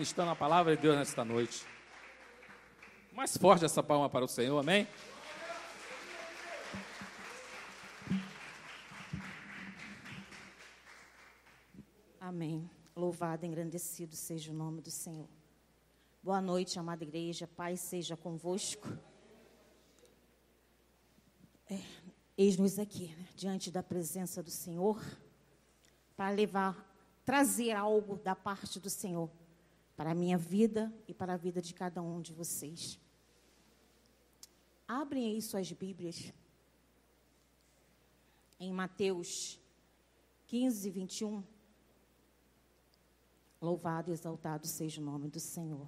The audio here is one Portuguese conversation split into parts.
ministrando a palavra de Deus nesta noite. Mais forte essa palma para o Senhor, amém? Amém. Louvado e engrandecido seja o nome do Senhor. Boa noite, amada igreja. Paz seja convosco. Eis-nos aqui, né, diante da presença do Senhor, para trazer algo da parte do Senhor para a minha vida e para a vida de cada um de vocês. Abrem aí suas Bíblias em Mateus 15, 21. Louvado e exaltado seja o nome do Senhor.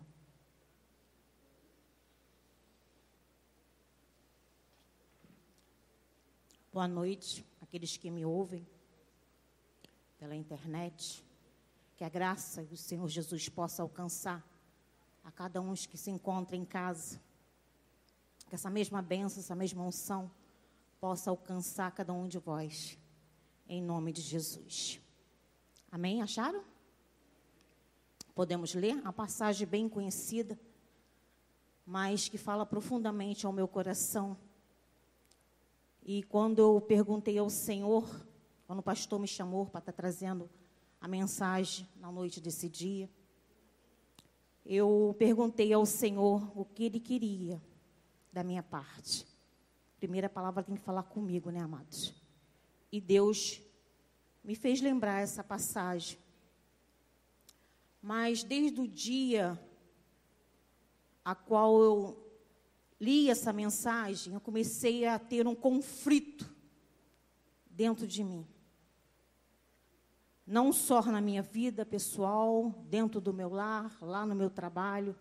Boa noite, aqueles que me ouvem pela internet. Que a graça do Senhor Jesus possa alcançar a cada um que se encontra em casa. Que essa mesma bênção, essa mesma unção possa alcançar cada um de vós. Em nome de Jesus. Amém? Acharam? Podemos ler uma passagem bem conhecida, mas que fala profundamente ao meu coração. E quando eu perguntei ao Senhor, quando o pastor me chamou para estar trazendo a mensagem na noite desse dia, eu perguntei ao Senhor o que Ele queria da minha parte. Primeira palavra tem que falar comigo, né, amados? E Deus me fez lembrar essa passagem. Mas desde o dia a qual eu li essa mensagem, eu comecei a ter um conflito dentro de mim. Não só na minha vida pessoal, dentro do meu lar, lá no meu trabalho.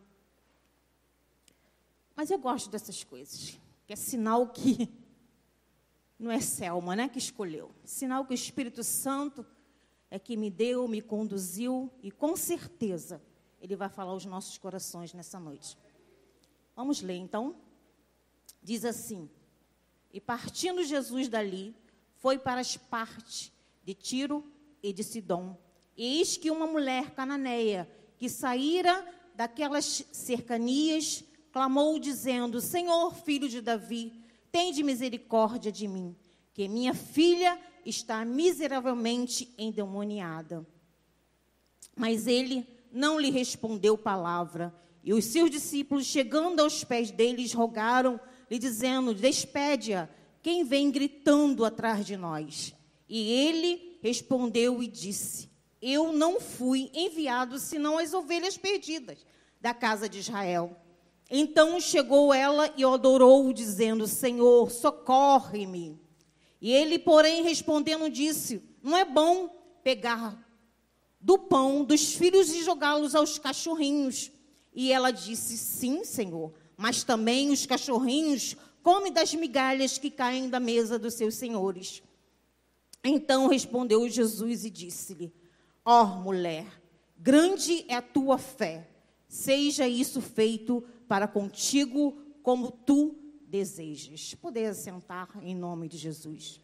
Mas eu gosto dessas coisas, que é sinal que não é Selma, né, que escolheu. Sinal que o Espírito Santo é que me deu, me conduziu, e com certeza Ele vai falar aos nossos corações nessa noite. Vamos ler, então. Diz assim: E partindo Jesus dali, foi para as partes de Tiro e de Sidom. E eis que uma mulher cananeia, que saíra daquelas cercanias, clamou dizendo: Senhor, filho de Davi, tende misericórdia de mim, que minha filha está miseravelmente endemoniada. Mas ele não lhe respondeu palavra. E os seus discípulos, chegando aos pés deles, rogaram-lhe, dizendo: Despede-a, quem vem gritando atrás de nós? E ele respondeu e disse: Eu não fui enviado senão as ovelhas perdidas da casa de Israel. Então chegou ela e o adorou, dizendo: Senhor, socorre-me. E ele, porém, respondendo, disse: Não é bom pegar do pão dos filhos e jogá-los aos cachorrinhos. E ela disse: Sim, Senhor, mas também os cachorrinhos comem das migalhas que caem da mesa dos seus senhores. Então respondeu Jesus e disse-lhe: Ó mulher, grande é a tua fé, seja isso feito para contigo como tu desejas. Poder sentar em nome de Jesus.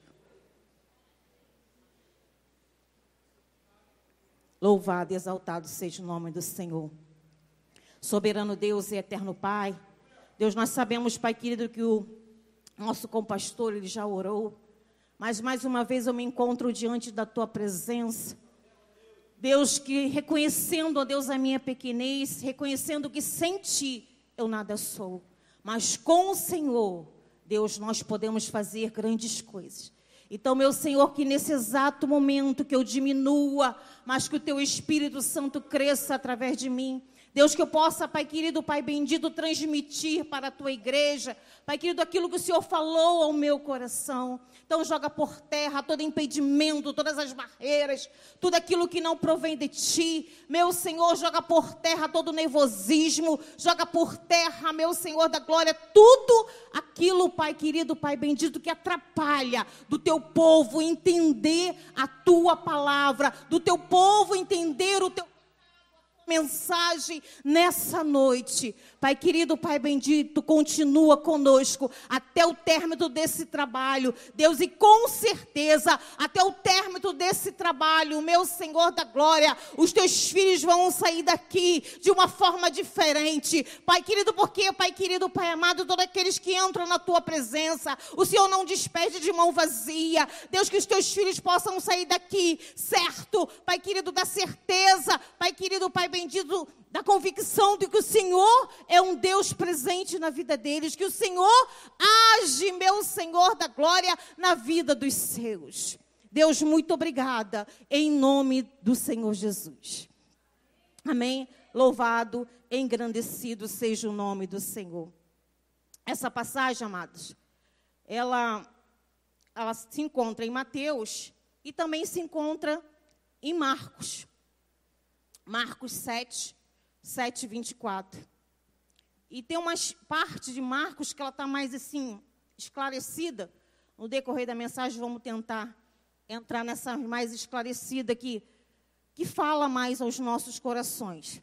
Louvado e exaltado seja o nome do Senhor. Soberano Deus e eterno Pai, Deus, nós sabemos, Pai querido, que o nosso compastor, ele já orou, mas mais uma vez eu me encontro diante da tua presença. Deus, que reconhecendo, ó Deus, a minha pequenez, reconhecendo que sem ti eu nada sou, mas com o Senhor, Deus, nós podemos fazer grandes coisas. Então, meu Senhor, que nesse exato momento que eu diminua, mas que o teu Espírito Santo cresça através de mim. Deus, que eu possa, Pai querido, Pai bendito, transmitir para a tua igreja, Pai querido, aquilo que o Senhor falou ao meu coração. Então, joga por terra todo impedimento, todas as barreiras, tudo aquilo que não provém de ti. Meu Senhor, joga por terra todo nervosismo, joga por terra, meu Senhor da glória, tudo aquilo, Pai querido, Pai bendito, que atrapalha do teu povo entender a tua palavra, do teu povo entender o teu mensagem nessa noite. Pai querido, Pai bendito, continua conosco até o término desse trabalho, Deus, e com certeza, até o término desse trabalho, meu Senhor da glória, os teus filhos vão sair daqui de uma forma diferente, Pai querido, porque, Pai querido, Pai amado, todos aqueles que entram na tua presença, o Senhor não despede de mão vazia, Deus, que os teus filhos possam sair daqui, certo, Pai querido, da certeza, Pai querido, Pai bendito, da convicção de que o Senhor é um Deus presente na vida deles, que o Senhor age, meu Senhor da glória, na vida dos seus. Deus, muito obrigada, em nome do Senhor Jesus. Amém? Louvado, engrandecido seja o nome do Senhor. Essa passagem, amados, ela se encontra em Mateus e também se encontra em Marcos. Marcos 7, 24. E tem uma parte de Marcos que ela está mais assim, esclarecida. No decorrer da mensagem, vamos tentar entrar nessa mais esclarecida que fala mais aos nossos corações.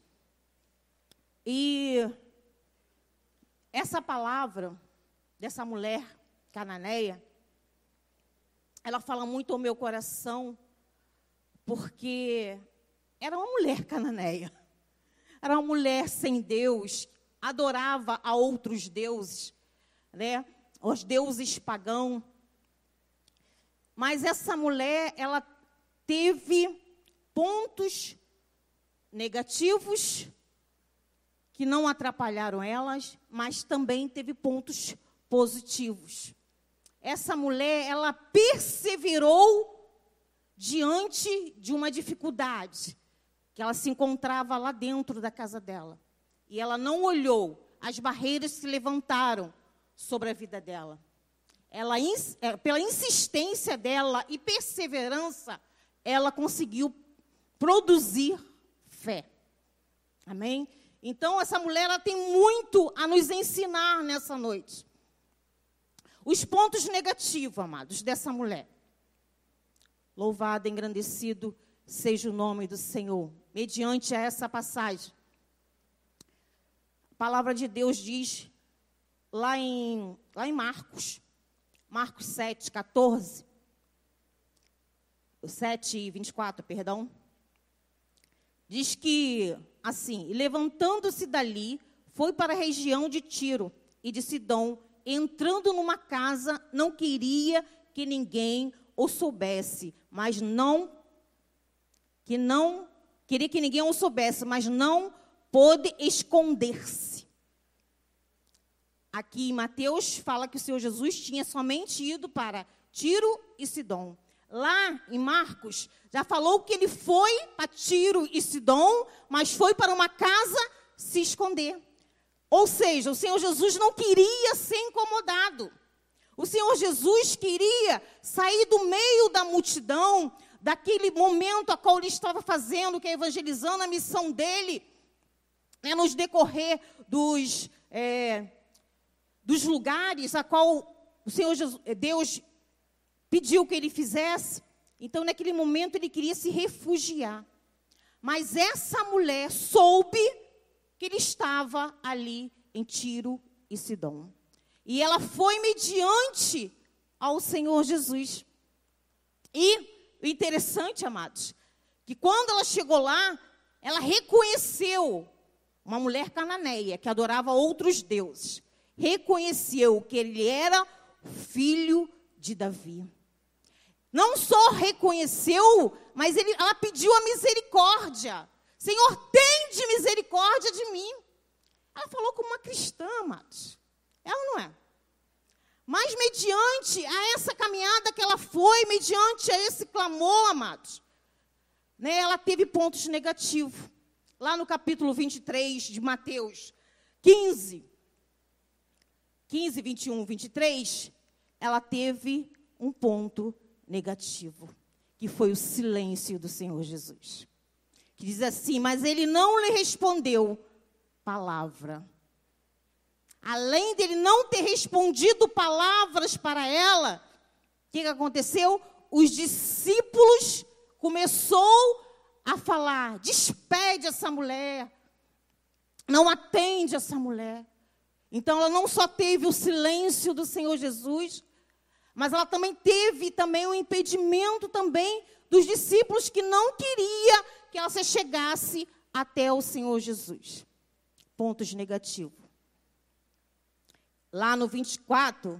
E essa palavra dessa mulher cananeia, ela fala muito ao meu coração, porque era uma mulher cananeia. Era uma mulher sem Deus, adorava a outros deuses, né? Os deuses pagãos. Mas essa mulher, ela teve pontos negativos que não atrapalharam elas, mas também teve pontos positivos. Essa mulher, ela perseverou diante de uma dificuldade que ela se encontrava lá dentro da casa dela. E ela não olhou as barreiras que se levantaram sobre a vida dela. Ela, pela insistência dela e perseverança, ela conseguiu produzir fé. Amém? Então, essa mulher, ela tem muito a nos ensinar nessa noite. Os pontos negativos, amados, dessa mulher. Louvado, engrandecido seja o nome do Senhor. Mediante a essa passagem, a palavra de Deus diz, lá em Marcos 7, 14, 7 e 24, perdão, diz que, assim, levantando-se dali, foi para a região de Tiro e de Sidom, entrando numa casa, não queria que ninguém o soubesse, mas queria que ninguém o soubesse, mas não pôde esconder-se. Aqui em Mateus fala que o Senhor Jesus tinha somente ido para Tiro e Sidom. Lá em Marcos já falou que ele foi para Tiro e Sidom, mas foi para uma casa se esconder. Ou seja, o Senhor Jesus não queria ser incomodado. O Senhor Jesus queria sair do meio da multidão, daquele momento a qual ele estava fazendo, que é evangelizando, a missão dele, nos decorrer dos lugares a qual o Senhor Jesus, Deus pediu que ele fizesse. Então, naquele momento, ele queria se refugiar. Mas essa mulher soube que ele estava ali em Tiro e Sidom. E ela foi mediante ao Senhor Jesus. E o interessante, amados, que quando ela chegou lá, ela reconheceu uma mulher cananeia que adorava outros deuses. Reconheceu que ele era filho de Davi. Não só reconheceu, mas ela pediu a misericórdia. Senhor, tende misericórdia de mim. Ela falou como uma cristã, amados. Ela não é. Mas mediante a essa caminhada que ela foi, mediante a esse clamor, amados, né, ela teve pontos negativos. Lá no capítulo 23 de Mateus 15, 21, 23, ela teve um ponto negativo, que foi o silêncio do Senhor Jesus. Que diz assim, mas ele não lhe respondeu palavra. Além dele não ter respondido palavras para ela, o que aconteceu? Os discípulos começou a falar: despede essa mulher, não atende essa mulher. Então, ela não só teve o silêncio do Senhor Jesus, mas ela também teve o impedimento também dos discípulos que não queria que ela se chegasse até o Senhor Jesus. Pontos negativos. Lá no 24,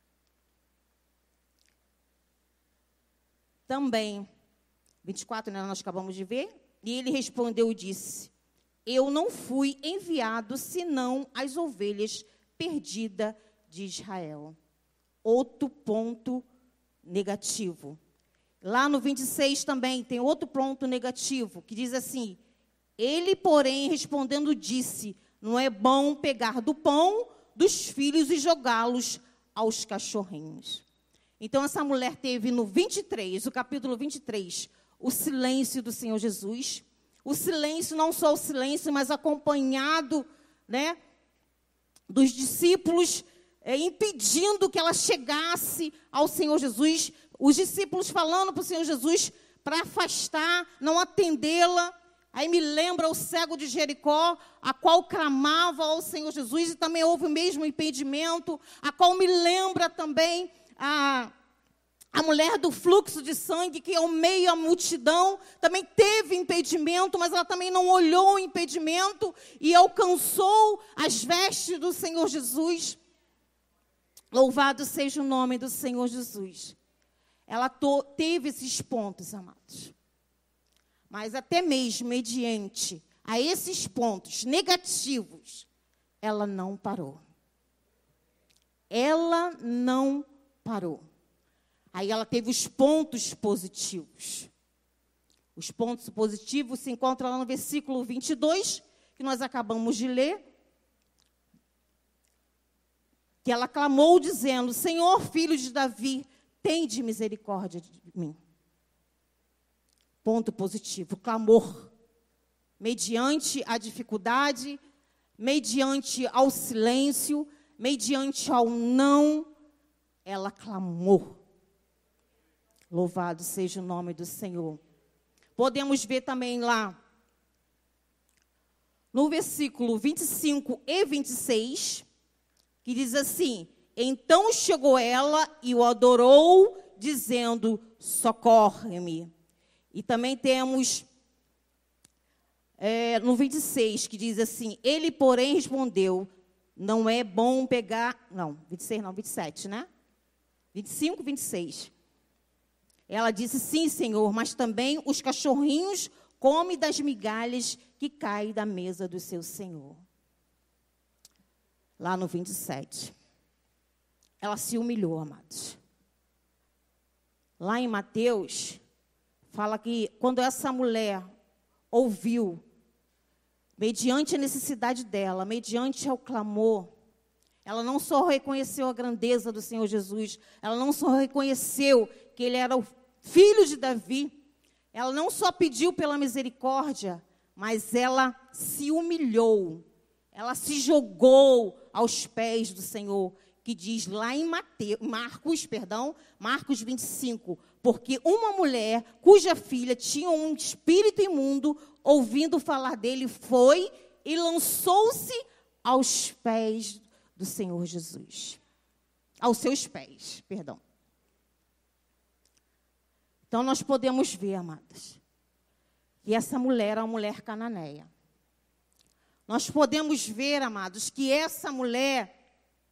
também, 24, né, nós acabamos de ver, e ele respondeu e disse: eu não fui enviado senão as ovelhas perdidas de Israel. Outro ponto negativo. Lá no 26 também tem outro ponto negativo, que diz assim: ele, porém, respondendo, disse: não é bom pegar do pão dos filhos e jogá-los aos cachorrinhos. Então, essa mulher teve no 23, o capítulo 23, o silêncio do Senhor Jesus. O silêncio, não só o silêncio, mas acompanhado, né, dos discípulos, impedindo que ela chegasse ao Senhor Jesus. Os discípulos falando para o Senhor Jesus para afastar, não atendê-la. Aí me lembra o cego de Jericó, a qual clamava ao Senhor Jesus, e também houve o mesmo impedimento, a qual me lembra também a mulher do fluxo de sangue, que ao meio à multidão também teve impedimento, mas ela também não olhou o impedimento e alcançou as vestes do Senhor Jesus. Louvado seja o nome do Senhor Jesus. Ela teve esses pontos, amados. Mas até mesmo mediante a esses pontos negativos, ela não parou. Ela não parou. Aí ela teve os pontos positivos. Os pontos positivos se encontram lá no versículo 22, que nós acabamos de ler. Que ela clamou dizendo: Senhor, filho de Davi, tende misericórdia de mim. Ponto positivo, clamor. Mediante a dificuldade, mediante ao silêncio, mediante ao não, ela clamou. Louvado seja o nome do Senhor. Podemos ver também lá, no versículo 25 e 26, que diz assim: então chegou ela e o adorou, dizendo: socorre-me. E também temos no 26, que diz assim: ele, porém, respondeu: não é bom pegar... Não, 26 não, 27, né? 25, 26. Ela disse: sim, Senhor, mas também os cachorrinhos comem das migalhas que caem da mesa do seu Senhor. Lá no 27. Ela se humilhou, amados. Lá em Mateus, fala que quando essa mulher ouviu, mediante a necessidade dela, mediante ao clamor, ela não só reconheceu a grandeza do Senhor Jesus, ela não só reconheceu que ele era o filho de Davi, ela não só pediu pela misericórdia, mas ela se humilhou, ela se jogou aos pés do Senhor, que diz lá em Marcos 25, porque uma mulher cuja filha tinha um espírito imundo, ouvindo falar dele, foi e lançou-se aos pés do Senhor Jesus. Aos seus pés, perdão. Então, nós podemos ver, amadas, que essa mulher era uma mulher cananeia. Nós podemos ver, amados, que essa mulher,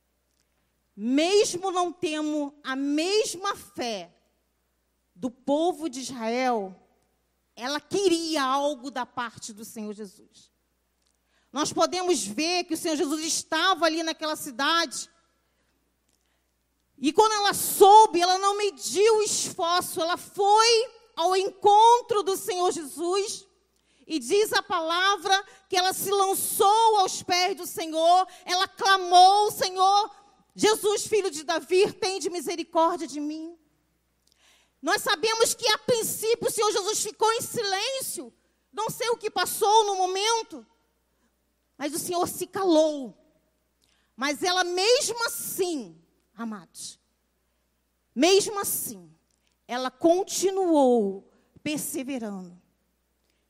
mesmo não tendo a mesma fé do povo de Israel, ela queria algo da parte do Senhor Jesus. Nós podemos ver que o Senhor Jesus estava ali naquela cidade. E quando ela soube, ela não mediu o esforço, ela foi ao encontro do Senhor Jesus. E diz a palavra que ela se lançou aos pés do Senhor, ela clamou: Senhor, Jesus, filho de Davi, tende misericórdia de mim. Nós sabemos que a princípio o Senhor Jesus ficou em silêncio, não sei o que passou no momento, mas o Senhor se calou. Mas ela mesmo assim, amados, mesmo assim, ela continuou perseverando.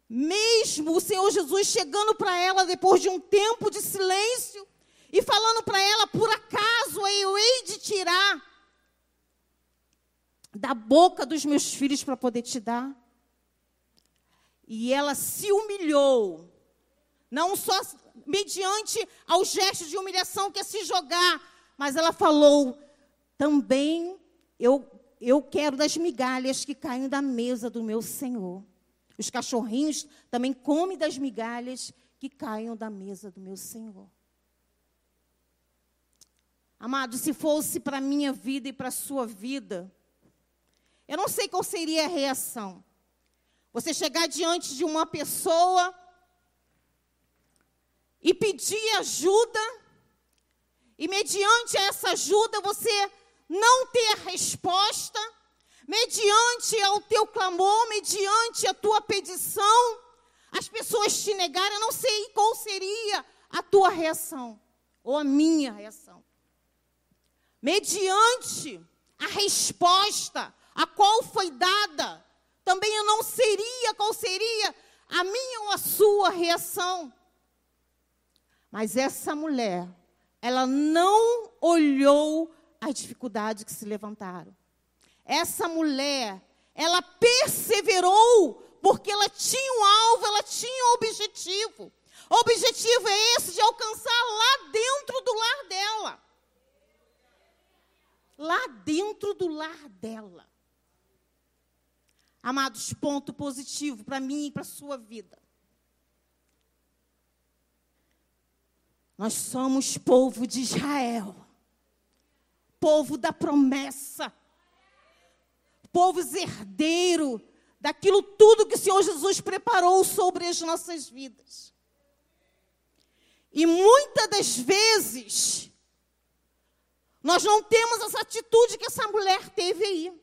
mesmo o Senhor Jesus chegando para ela depois de um tempo de silêncio e falando para ela, por acaso eu hei de tirar da boca dos meus filhos para poder te dar? E ela se humilhou, não só mediante ao gesto de humilhação que é se jogar, mas ela falou, também eu quero das migalhas que caem da mesa do meu Senhor. Os cachorrinhos também comem das migalhas que caem da mesa do meu Senhor. Amado, se fosse para a minha vida e para a sua vida, eu não sei qual seria a reação. Você chegar diante de uma pessoa e pedir ajuda, e mediante essa ajuda você não ter a resposta, mediante ao teu clamor, mediante a tua petição, as pessoas te negarem, eu não sei qual seria a tua reação, ou a minha reação. Mediante a resposta a qual foi dada, também eu não seria qual seria a minha ou a sua reação. Mas essa mulher, ela não olhou as dificuldades que se levantaram. Essa mulher, ela perseverou, porque ela tinha um alvo, ela tinha um objetivo. O objetivo é esse, de alcançar lá dentro do lar dela. Lá dentro do lar dela. Amados, ponto positivo para mim e para a sua vida. Nós somos povo de Israel. Povo da promessa. Povo herdeiro daquilo tudo que o Senhor Jesus preparou sobre as nossas vidas. E muitas das vezes, nós não temos essa atitude que essa mulher teve aí.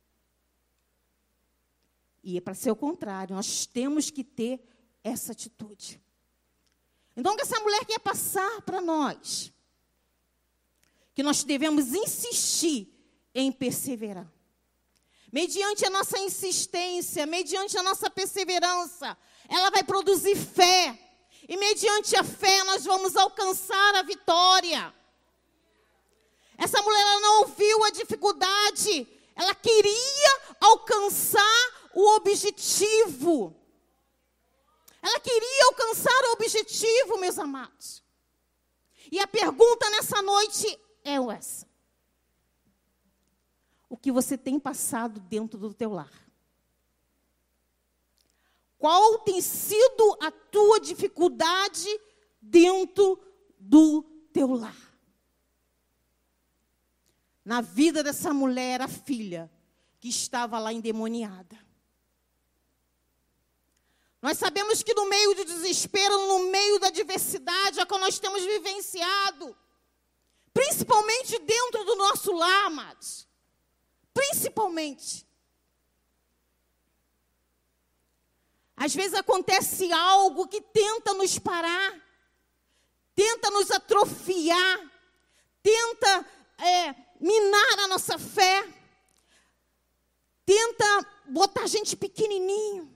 E é para ser o contrário, nós temos que ter essa atitude. Então, o que essa mulher quer passar para nós? Que nós devemos insistir em perseverar. Mediante a nossa insistência, mediante a nossa perseverança, ela vai produzir fé. E mediante a fé, nós vamos alcançar a vitória. Essa mulher, ela não viu a dificuldade. Ela queria alcançar o objetivo. Ela queria alcançar o objetivo, meus amados. E a pergunta nessa noite é essa. O que você tem passado dentro do teu lar? Qual tem sido a tua dificuldade dentro do teu lar? Na vida dessa mulher, a filha, que estava lá endemoniada. Nós sabemos que no meio do desespero, no meio da adversidade, é o que nós temos vivenciado. Principalmente dentro do nosso lar, amados. Principalmente. Às vezes acontece algo que tenta nos parar, tenta nos atrofiar, tenta minar a nossa fé, tenta botar a gente pequenininho.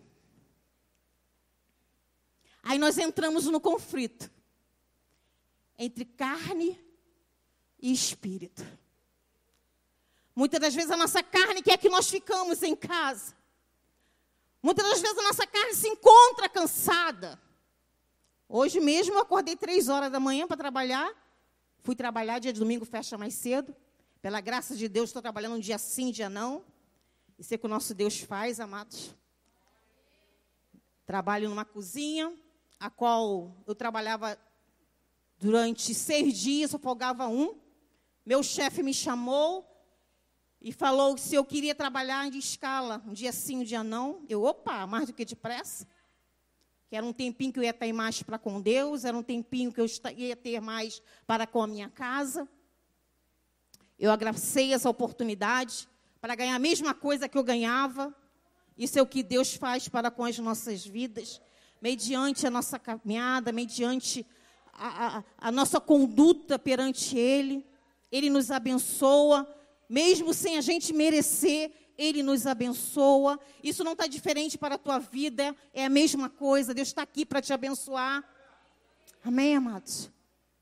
Aí nós entramos no conflito entre carne e espírito. Muitas das vezes a nossa carne quer que nós ficamos em casa. Muitas das vezes a nossa carne se encontra cansada. Hoje mesmo eu acordei 3 horas da manhã para trabalhar. Fui trabalhar, dia de domingo fecha mais cedo. Pela graça de Deus, estou trabalhando um dia sim, dia não. Isso é o que o nosso Deus faz, amados. Trabalho numa cozinha, a qual eu trabalhava durante 6 dias, só folgava um. Meu chefe me chamou e falou que se eu queria trabalhar em escala, um dia sim, um dia não. Eu, mais do que depressa. Que era um tempinho que eu ia ter mais para com Deus, era um tempinho que eu ia ter mais para com a minha casa. Eu abracei essa oportunidade para ganhar a mesma coisa que eu ganhava. Isso é o que Deus faz para com as nossas vidas, mediante a nossa caminhada, mediante a nossa conduta perante Ele. Ele nos abençoa, mesmo sem a gente merecer, Ele nos abençoa. Isso não está diferente para a tua vida, é a mesma coisa. Deus está aqui para te abençoar. Amém, amados?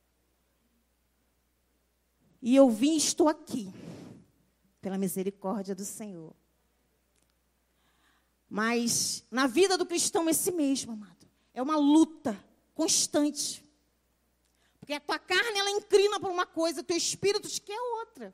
E eu vim e estou aqui, pela misericórdia do Senhor. Mas na vida do cristão é esse mesmo, amado. É uma luta constante. Porque a tua carne, ela inclina para uma coisa, o teu espírito te quer outra.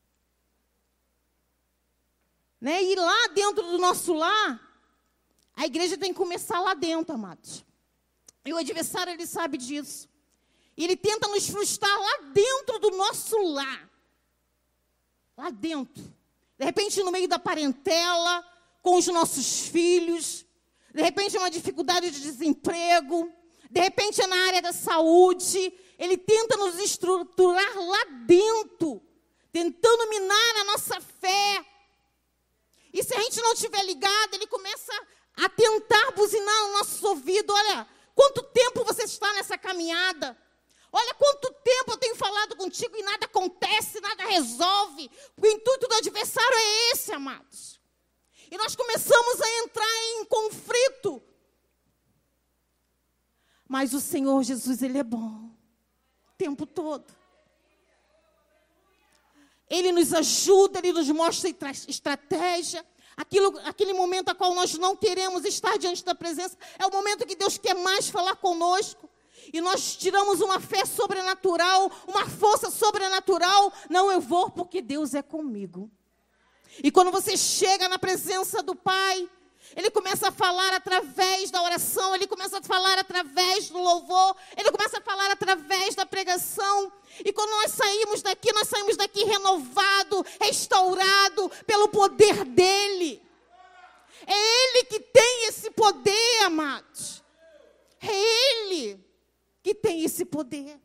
Né? E lá dentro do nosso lar, a igreja tem que começar lá dentro, amados. E o adversário, ele sabe disso. E ele tenta nos frustrar lá dentro do nosso lar. Lá dentro. De repente, no meio da parentela, com os nossos filhos. De repente, é uma dificuldade de desemprego. De repente, é na área da saúde. Ele tenta nos estruturar lá dentro. Tentando minar a nossa fé. E se a gente não estiver ligado, ele começa a tentar buzinar no nosso ouvido. Olha, quanto tempo você está nessa caminhada? Olha quanto tempo eu tenho falado contigo e nada acontece, nada resolve. O intuito do adversário é esse, amados. E nós começamos a entrar em conflito. Mas o Senhor Jesus, Ele é bom. O tempo todo. Ele nos ajuda, Ele nos mostra estratégia. Aquele momento a qual nós não queremos estar diante da presença, é o momento que Deus quer mais falar conosco. E nós tiramos uma fé sobrenatural, uma força sobrenatural. Não, eu vou porque Deus é comigo. E quando você chega na presença do Pai, Ele começa a falar através da oração, Ele começa a falar através do louvor, Ele começa a falar através da pregação. E quando nós saímos daqui renovado, restaurado pelo poder dEle. É Ele que tem esse poder, amados. É Ele que tem esse poder.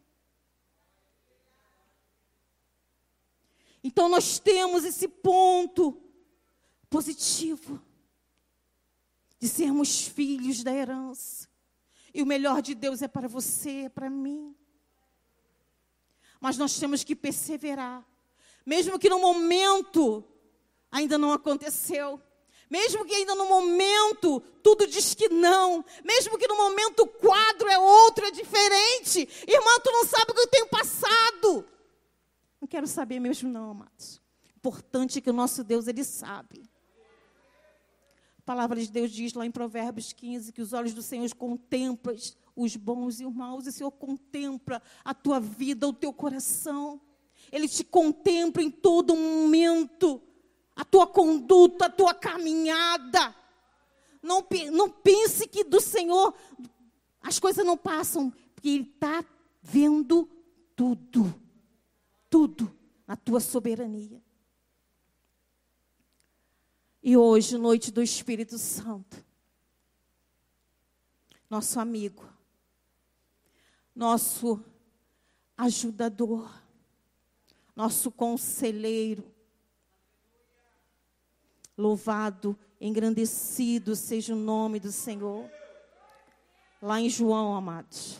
Então nós temos esse ponto positivo de sermos filhos da herança. E o melhor de Deus é para você, é para mim. Mas nós temos que perseverar. Mesmo que no momento ainda não aconteceu. Mesmo que ainda no momento tudo diz que não. Mesmo que no momento o quadro é outro, é diferente. Irmã, tu não sabe o que eu tenho passado. Não quero saber mesmo não, amados. Importante é que o nosso Deus, Ele sabe. A palavra de Deus diz lá em Provérbios 15, que os olhos do Senhor contemplam os bons e os maus. E o Senhor contempla a tua vida, o teu coração. Ele te contempla em todo momento. A tua conduta, a tua caminhada. Não pense que do Senhor as coisas não passam, porque Ele está vendo tudo. Tudo na tua soberania. E hoje, noite do Espírito Santo, nosso amigo, nosso ajudador, nosso conselheiro, louvado, engrandecido seja o nome do Senhor. Lá em João, amados.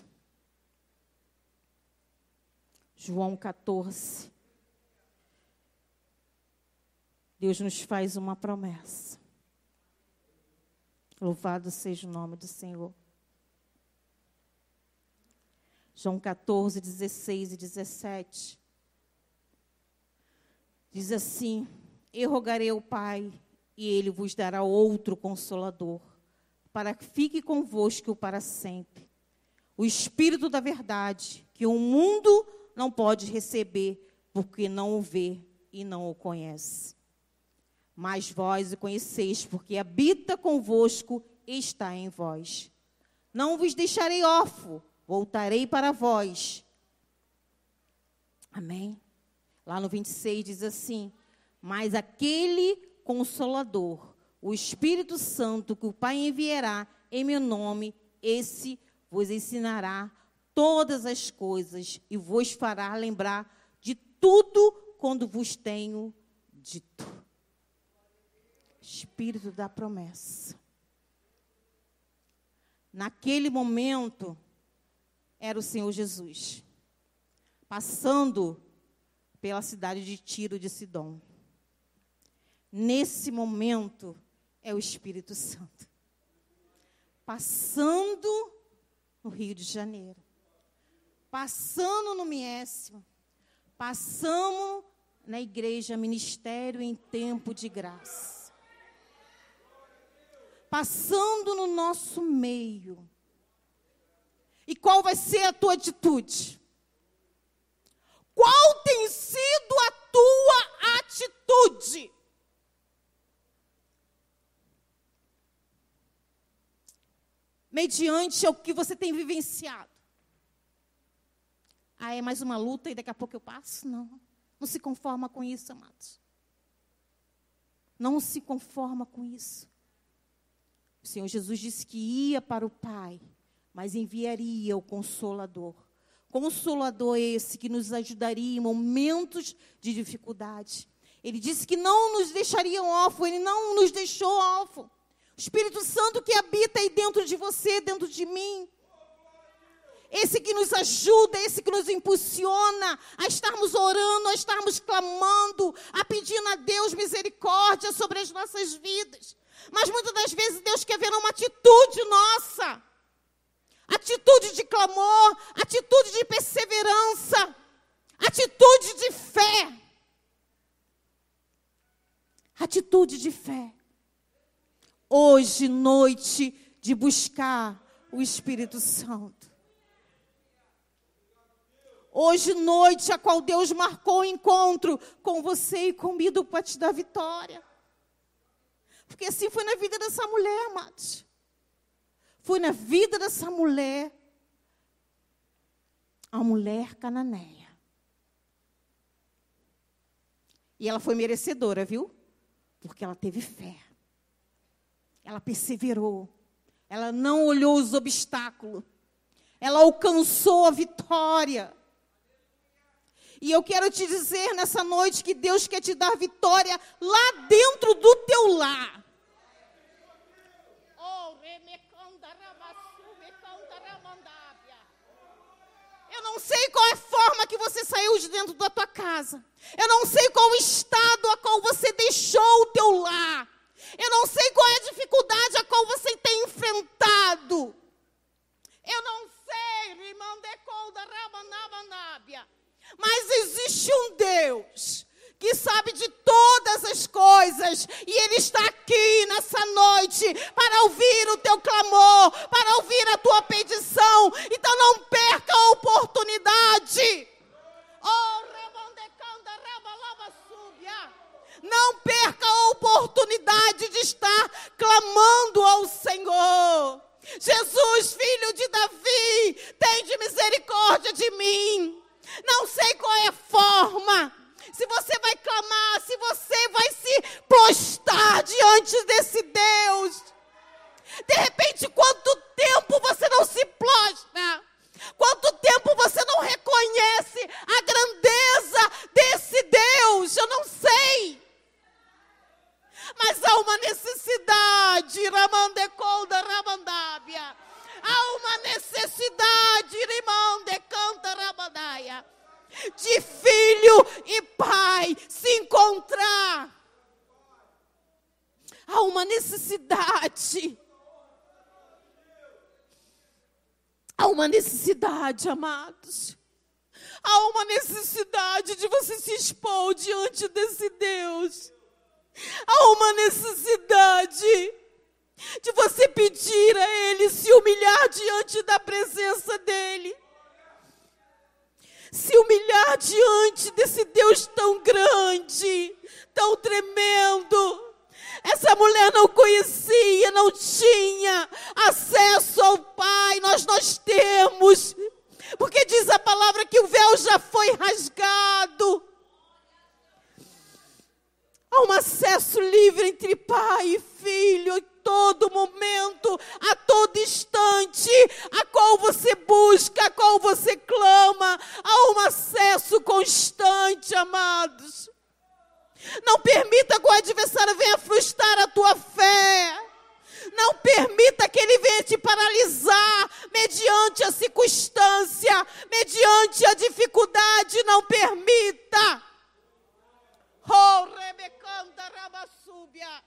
João 14. Deus nos faz uma promessa. Louvado seja o nome do Senhor. João 14, 16 e 17. Diz assim: Eu rogarei ao Pai, e Ele vos dará outro Consolador, para que fique convosco para sempre. O Espírito da verdade, que o mundo não pode receber, porque não o vê e não o conhece. Mas vós o conheceis, porque habita convosco e está em vós. Não vos deixarei órfão, voltarei para vós. Amém? Lá no 26 diz assim: Mas aquele Consolador, o Espírito Santo, que o Pai enviará em meu nome, esse vos ensinará todas as coisas e vos fará lembrar de tudo quando vos tenho dito. Espírito da promessa. Naquele momento, era o Senhor Jesus, passando pela cidade de Tiro de Sidom. nesse momento, é o Espírito Santo. Passando no Rio de Janeiro. Passando no Miésimo. Passamos na igreja Ministério em Tempo de Graça. Passando no nosso meio. E qual vai ser a tua atitude? Qual tem sido a tua atitude? Mediante o que você tem vivenciado. É mais uma luta e daqui a pouco eu passo? Não. Não se conforma com isso, amados. Não se conforma com isso. O Senhor Jesus disse que ia para o Pai, mas enviaria o Consolador. Consolador esse que nos ajudaria em momentos de dificuldade. Ele disse que não nos deixaria órfãos, Ele não nos deixou órfãos. O Espírito Santo que habita aí dentro de você, dentro de mim. Esse que nos ajuda, esse que nos impulsiona a estarmos orando, a estarmos clamando, a pedindo a Deus misericórdia sobre as nossas vidas. Mas muitas das vezes Deus quer ver uma atitude nossa. Atitude de clamor, atitude de perseverança, atitude de fé. Atitude de fé. Hoje, noite de buscar o Espírito Santo. Hoje, noite, a qual Deus marcou o encontro com você e comigo para te dar vitória. Porque assim foi na vida dessa mulher, amados. Foi na vida dessa mulher, a mulher cananeia. E ela foi merecedora, viu? Porque ela teve fé. Ela perseverou. Ela não olhou os obstáculos. Ela alcançou a vitória. E eu quero te dizer nessa noite que Deus quer te dar vitória lá dentro do teu lar. Eu não sei qual é a forma que você saiu de dentro da tua casa. Eu não sei qual o estado a qual você deixou o teu lar. Eu não sei qual é a dificuldade a qual você tem enfrentado. Eu não sei, irmão decolda rabanabanabiá. Mas existe um Deus que sabe de todas as coisas, e Ele está aqui nessa noite para ouvir o teu clamor, para ouvir a tua petição. Então não perca a oportunidade. Não perca a oportunidade de estar clamando ao Senhor. Jesus, filho de Davi, tende misericórdia de mim. Não sei qual é a forma. Se você vai clamar, se você vai se prostrar diante desse Deus. De repente, quanto tempo você não se prostra? Quanto tempo você não reconhece a grandeza desse Deus? Eu não sei. Mas há uma necessidade, Ramandecolda Ramandábia. Há uma necessidade, Rimandecanta Rabandaia, de filho e pai se encontrar. Há uma necessidade. Há uma necessidade, amados. Há uma necessidade de você se expor diante desse Deus. Há uma necessidade de você pedir a Ele, se humilhar diante da presença dEle. Se humilhar diante desse Deus tão grande, tão tremendo. Essa mulher não conhecia, não tinha acesso ao Pai. Nós temos. Porque diz a palavra que o véu já foi rasgado. Há um acesso livre entre pai e filho, em todo momento, a todo instante, a qual você busca, a qual você clama. Há um acesso constante, amados. Não permita que o adversário venha frustrar a tua fé. Não permita que ele venha te paralisar mediante a circunstância, mediante a dificuldade. Não permita. Oh, rebecanda rabassúbia.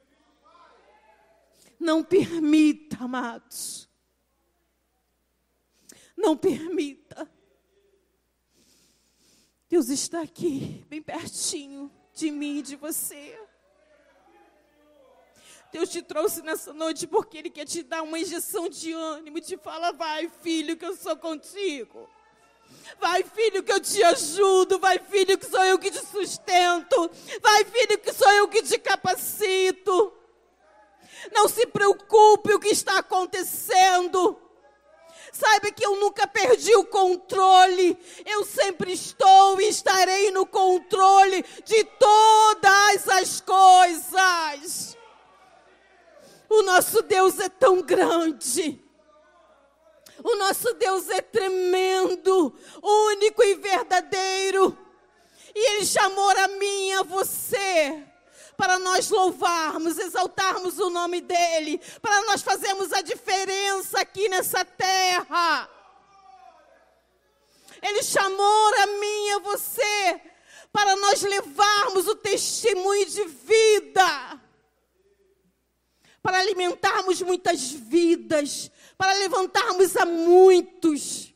Não permita, amados. Não permita. Deus está aqui, bem pertinho de mim e de você. Deus te trouxe nessa noite porque Ele quer te dar uma injeção de ânimo e te fala: vai, filho, que eu sou contigo. Vai, filho, que eu te ajudo. Vai, filho, que sou eu que te sustento. Vai, filho, que sou eu que te capacito. Não se preocupe o que está acontecendo. Saiba que eu nunca perdi o controle. Eu sempre estou e estarei no controle de todas as coisas. O nosso Deus é tão grande. O nosso Deus é tremendo, único e verdadeiro. E Ele chamou a mim e a você para nós louvarmos, exaltarmos o nome dEle, para nós fazermos a diferença aqui nessa terra. Ele chamou a mim e a você para nós levarmos o testemunho de vida, para alimentarmos muitas vidas, para levantarmos a muitos.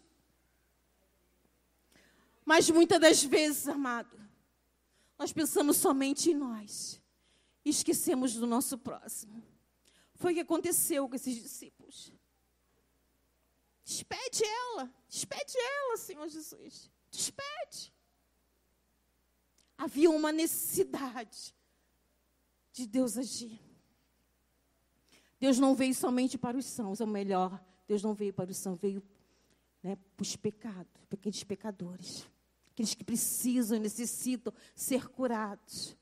Mas muitas das vezes, amado, nós pensamos somente em nós e esquecemos do nosso próximo. Foi o que aconteceu com esses discípulos. Despede ela, Senhor Jesus, despede. Havia uma necessidade de Deus agir. Deus não veio somente para os sãos, ou melhor, Deus não veio para os sãos, veio, para os pecados, para aqueles pecadores, aqueles que precisam, necessitam ser curados.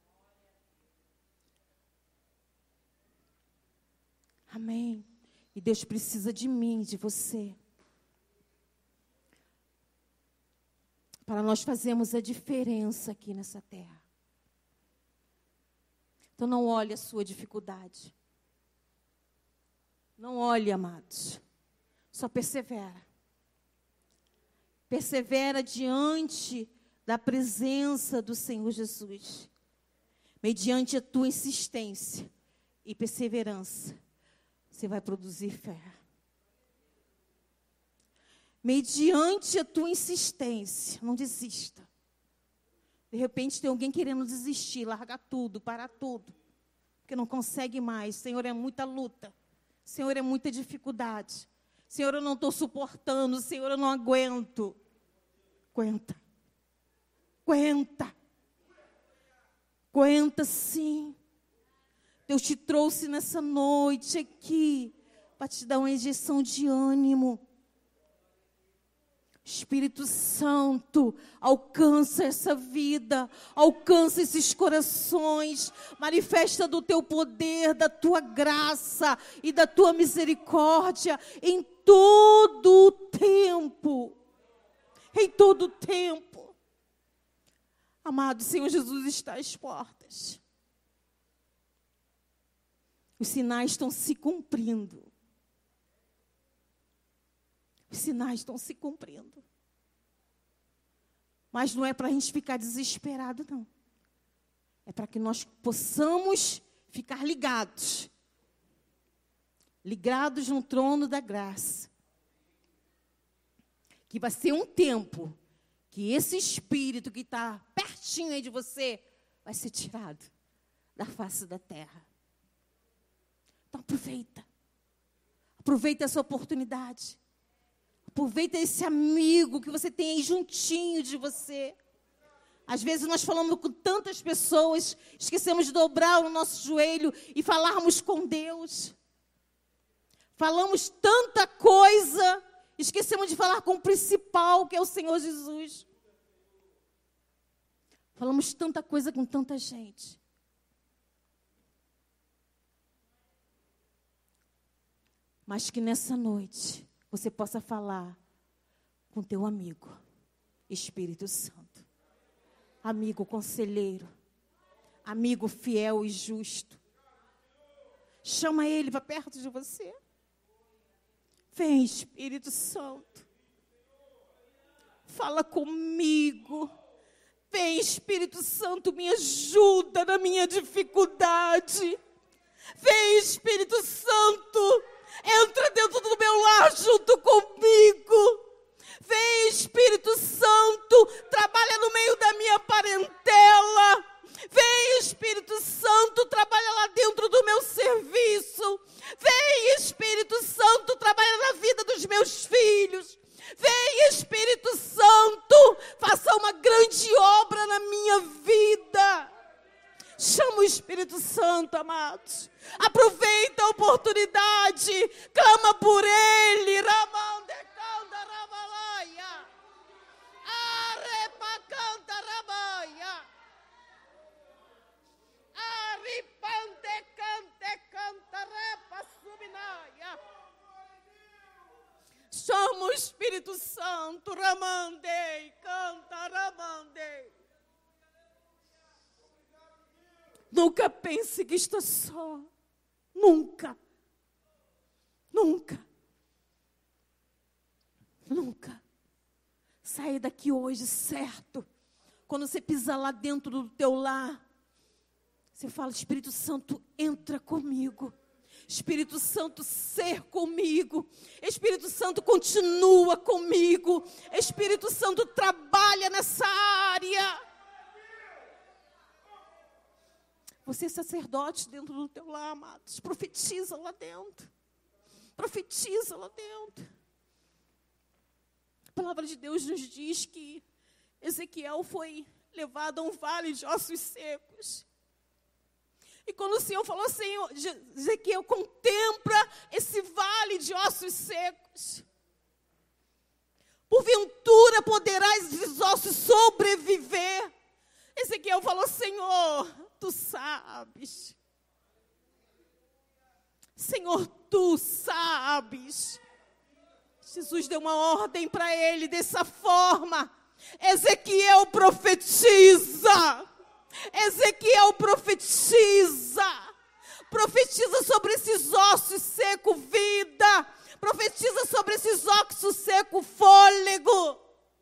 Amém. E Deus precisa de mim, de você, para nós fazermos a diferença aqui nessa terra. Então não olhe a sua dificuldade. Não olhe, amados. Só persevera. Persevera diante da presença do Senhor Jesus. Mediante a tua insistência e perseverança, você vai produzir fé. Mediante a tua insistência, não desista. De repente tem alguém querendo desistir, largar tudo, parar tudo, porque não consegue mais. Senhor, é muita luta. Senhor, é muita dificuldade. Senhor, eu não estou suportando. Senhor, eu não aguento. Aguenta. Aguenta. Aguenta sim. Deus te trouxe nessa noite aqui para te dar uma injeção de ânimo. Espírito Santo, alcança essa vida, alcança esses corações, manifesta do teu poder, da tua graça e da tua misericórdia em todo o tempo. Em todo o tempo. Amado Senhor Jesus, está às portas. Os sinais estão se cumprindo. Os sinais estão se cumprindo. Mas não é para a gente ficar desesperado, não. É para que nós possamos ficar ligados. Ligados no trono da graça. Que vai ser um tempo que esse espírito que está pertinho aí de você vai ser tirado da face da terra. Então aproveita. Aproveita essa oportunidade. Aproveita esse amigo que você tem aí juntinho de você. Às vezes nós falamos com tantas pessoas, esquecemos de dobrar o nosso joelho e falarmos com Deus. Falamos tanta coisa, esquecemos de falar com o principal, que é o Senhor Jesus. Falamos tanta coisa com tanta gente. Mas que nessa noite você possa falar com teu amigo, Espírito Santo. Amigo conselheiro, amigo fiel e justo. Chama ele para perto de você. Vem, Espírito Santo. Fala comigo. Vem, Espírito Santo, me ajuda na minha dificuldade. Vem, Espírito Santo, entra dentro do meu lar junto comigo. Vem, Espírito Santo, trabalha no meio da minha parentela. Vem, Espírito Santo, trabalha lá dentro do meu serviço. Vem, Espírito Santo, trabalha na vida dos meus filhos. Vem, Espírito Santo, faça uma grande obra na minha vida. Chama o Espírito Santo, amados. Aproveita a oportunidade. Clama por Ele. Ramandecanda Ramalaia. Arepacanta Rabaia. Aripandecante canta repa subinaia. Chama o Espírito Santo. Ramandei, canta Ramandei. Nunca pense que está só. Nunca. Nunca. Nunca. Saia daqui hoje, certo? Quando você pisar lá dentro do teu lar, você fala, Espírito Santo, entra comigo. Espírito Santo, ser comigo. Espírito Santo, continua comigo. Espírito Santo, trabalha nessa área. Você é sacerdote dentro do teu lar, amados. Profetiza lá dentro. Profetiza lá dentro. A palavra de Deus nos diz que Ezequiel foi levado a um vale de ossos secos. E quando o Senhor falou assim, Ezequiel, contempla esse vale de ossos secos. Porventura poderás esses ossos sobreviver. Ezequiel falou, Senhor, Tu sabes. Senhor, Tu sabes. Jesus deu uma ordem para ele dessa forma. Ezequiel profetiza. Ezequiel profetiza. Profetiza sobre esses ossos secos vida. Profetiza sobre esses ossos secos fôlego.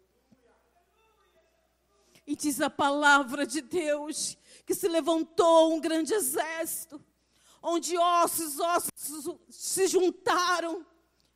E diz a palavra de Deus que se levantou um grande exército, onde ossos se juntaram,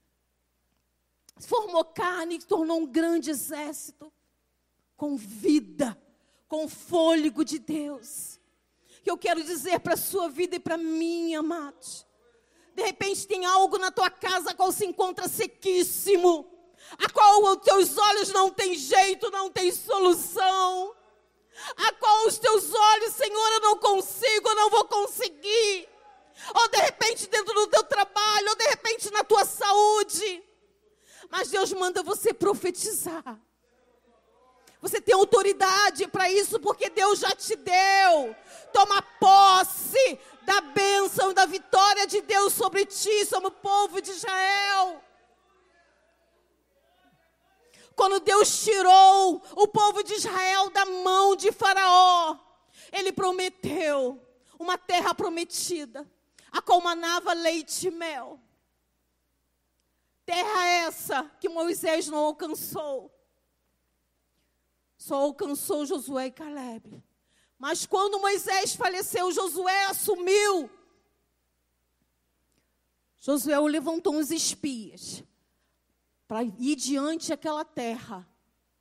formou carne e tornou um grande exército, com vida, com fôlego de Deus. Que eu quero dizer para a sua vida e para a minha, amados. De repente tem algo na tua casa a qual se encontra sequíssimo, a qual os teus olhos não têm jeito, não tem solução, a qual os teus olhos, Senhor, eu não consigo, eu não vou conseguir, ou de repente dentro do teu trabalho, ou de repente na tua saúde, mas Deus manda você profetizar. Você tem autoridade para isso, porque Deus já te deu. Toma posse da bênção, da vitória de Deus sobre ti, sobre o povo de Israel. Quando Deus tirou o povo de Israel da mão de Faraó, Ele prometeu uma terra prometida, a qual manava leite e mel. Terra essa que Moisés não alcançou. Só alcançou Josué e Caleb. Mas quando Moisés faleceu, Josué assumiu. Josué levantou uns espias para ir diante daquela terra.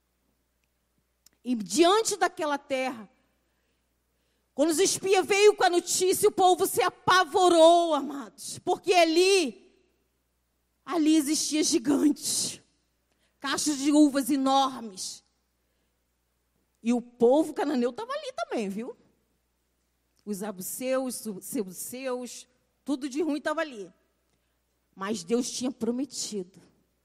E diante daquela terra, quando os espias veio com a notícia, o povo se apavorou, amados. Porque ali existia gigantes, cachos de uvas enormes. E o povo cananeu estava ali também, viu? Os abuseus, os seus, tudo de ruim estava ali. Mas Deus tinha prometido.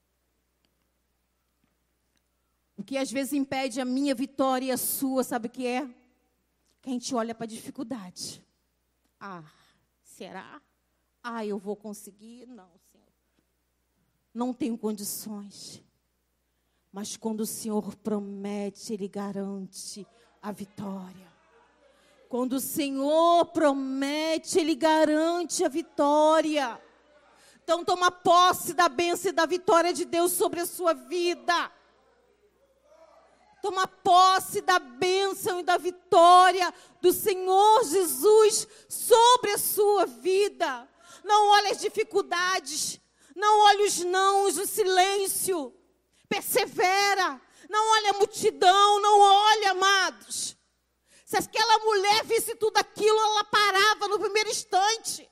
O que às vezes impede a minha vitória e a sua, sabe o que é? Que a gente olha para a dificuldade. Ah, será? Ah, eu vou conseguir? Não, Senhor. Não tenho condições. Mas quando o Senhor promete, Ele garante a vitória. Quando o Senhor promete, Ele garante a vitória. Então toma posse da bênção e da vitória de Deus sobre a sua vida. Toma posse da bênção e da vitória do Senhor Jesus sobre a sua vida. Não olhe as dificuldades, não olhe os nãos, o silêncio. Persevera, não olhe a multidão, não olhe, amados. Se aquela mulher visse tudo aquilo, ela parava no primeiro instante.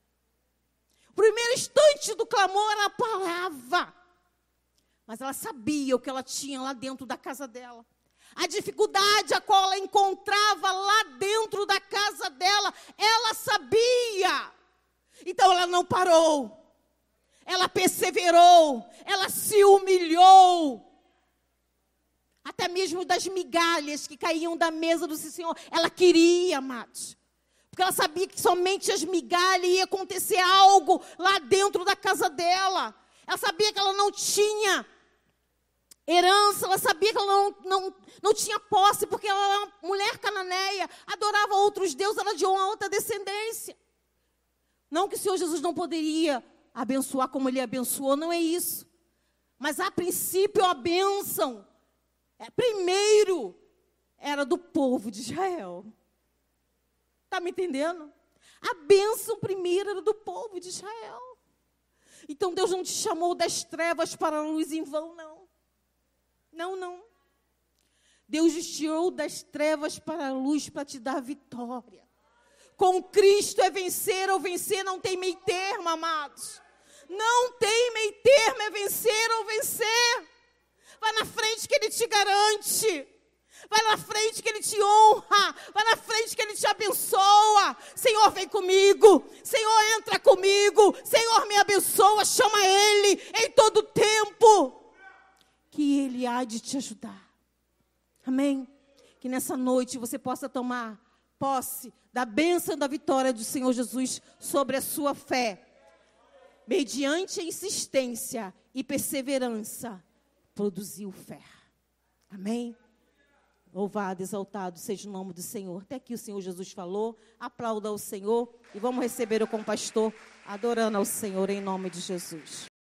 O primeiro instante do clamor, ela parava. Mas ela sabia o que ela tinha lá dentro da casa dela. A dificuldade a qual ela encontrava lá dentro da casa dela, ela sabia. Então ela não parou. Ela perseverou. Ela se humilhou. Até mesmo das migalhas que caíam da mesa do Senhor. Ela queria, amados. Porque ela sabia que somente as migalhas ia acontecer algo lá dentro da casa dela. Ela sabia que ela não tinha herança, ela sabia que ela não tinha posse, porque ela era uma mulher cananeia, adorava outros deuses, ela de uma outra descendência. Não que o Senhor Jesus não poderia abençoar como Ele abençoou, não é isso. Mas a princípio a bênção, primeiro, era do povo de Israel. Está me entendendo? A bênção primeiro era do povo de Israel. Então Deus não te chamou das trevas para a luz em vão, não. Não. Deus te tirou das trevas para a luz para te dar vitória. Com Cristo é vencer ou vencer, não tem meio termo, amados. Não tem meio termo, é vencer ou vencer. Vai na frente que Ele te garante. Vai na frente que Ele te honra. Vai na frente que Ele te abençoa. Senhor, vem comigo. Senhor, entra comigo. Senhor, me abençoa. Chama Ele em todo tempo. Que Ele há de te ajudar. Amém? Que nessa noite você possa tomar posse da bênção da vitória do Senhor Jesus sobre a sua fé. Mediante a insistência e perseverança, produziu fé. Amém? Louvado, exaltado seja o nome do Senhor. Até aqui o Senhor Jesus falou. Aplauda ao Senhor e vamos receber o compastor adorando ao Senhor em nome de Jesus.